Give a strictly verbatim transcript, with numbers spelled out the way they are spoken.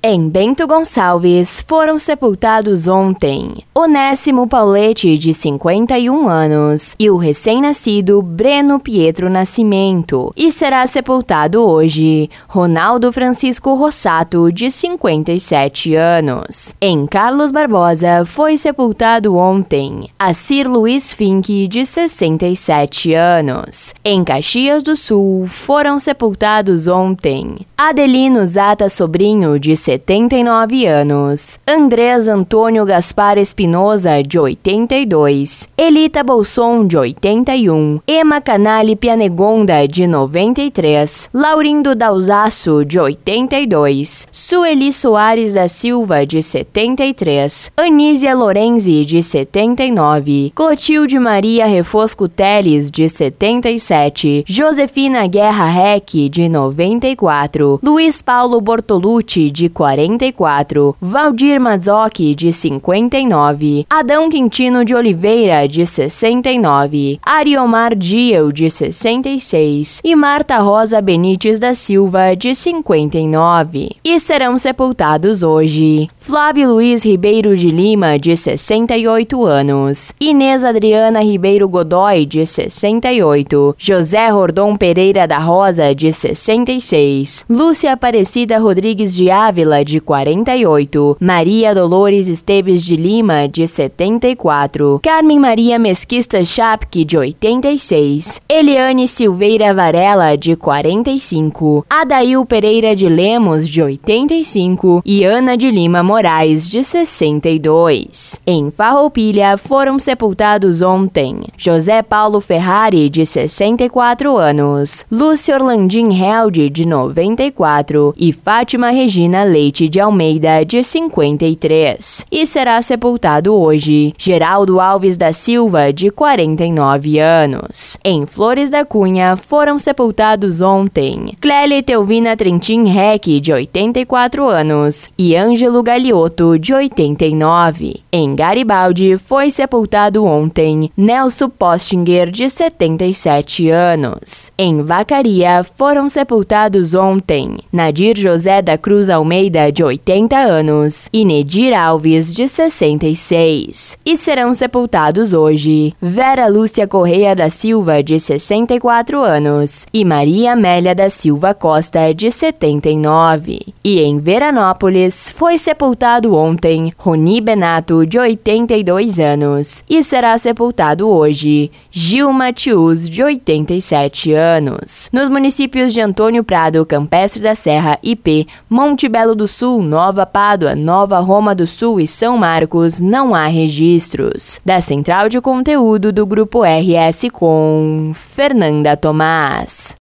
Em Bento Gonçalves, foram sepultados ontem Onésimo Paulete, de cinquenta e um anos, e o recém-nascido Breno Pietro Nascimento, e será sepultado hoje Ronaldo Francisco Rossato, de cinquenta e sete anos. Em Carlos Barbosa, foi sepultado ontem Acir Luiz Fink, de sessenta e sete anos. Em Caxias do Sul, foram sepultados ontem Adelino Zata Sobrinho, de setenta e nove anos, Andrés Antônio Gaspar Espinosa, de oitenta e dois, Elita Bolson, de oitenta e um, Ema Canali Pianegonda, de noventa e três, Laurindo Dalzaço, de oitenta e dois, Sueli Soares da Silva, de setenta e três, Anísia Lorenzi, de setenta e nove, Clotilde Maria Refosco Teles, de setenta e sete, Josefina Guerra Reck, de noventa e quatro, Luiz Paulo Bortolucci, de quarenta e quatro, Valdir Mazzocchi, de cinquenta e nove, Adão Quintino de Oliveira, de sessenta e nove, Ariomar Diel, de sessenta e seis, e Marta Rosa Benites da Silva, de cinquenta e nove. E serão sepultados hoje Flávio Luiz Ribeiro de Lima, de sessenta e oito anos, Inês Adriana Ribeiro Godoy, de sessenta e oito, José Rordon Pereira da Rosa, de sessenta e seis, Lúcia Aparecida Rodrigues de Ávila, de quarenta e oito, Maria Dolores Esteves de Lima, de setenta e quatro, Carmen Maria Mesquista Chapque, de oitenta e seis, Eliane Silveira Varela, de quarenta e cinco, Adail Pereira de Lemos, de oitenta e cinco, e Ana de Lima Moraes, de sessenta e dois. Em Farroupilha, foram sepultados ontem José Paulo Ferrari, de sessenta e quatro anos, Lúcia Orlandim Held, de noventa e quatro, e Fátima Regina Leite de Almeida, de cinquenta e três. E será sepultado hoje Geraldo Alves da Silva, de quarenta e nove anos. Em Flores da Cunha, foram sepultados ontem Clélia Teuvina Trentin Reck, de oitenta e quatro anos, e Ângelo Galioto, de oitenta e nove. Em Garibaldi, foi sepultado ontem Nelson Postinger, de setenta e sete anos. Em Vacaria, foram sepultados ontem Nadir José da Cruz Almeida, de oitenta anos, e Nedir Alves, de sessenta e seis. E serão sepultados hoje Vera Lúcia Correia da Silva, de sessenta e quatro anos, e Maria Amélia da Silva Costa, de setenta e nove. E em Veranópolis, foi sepultado ontem Roni Benato, de oitenta e dois anos, e será sepultado hoje Gil Matius, de oitenta e sete anos. Nos municípios de Antônio Prado, Campestre da Serra, I P, Monte Belo do Sul, Nova Pádua, Nova Roma do Sul e São Marcos, não há registros. Da Central de Conteúdo do Grupo R S com Fernanda Tomás.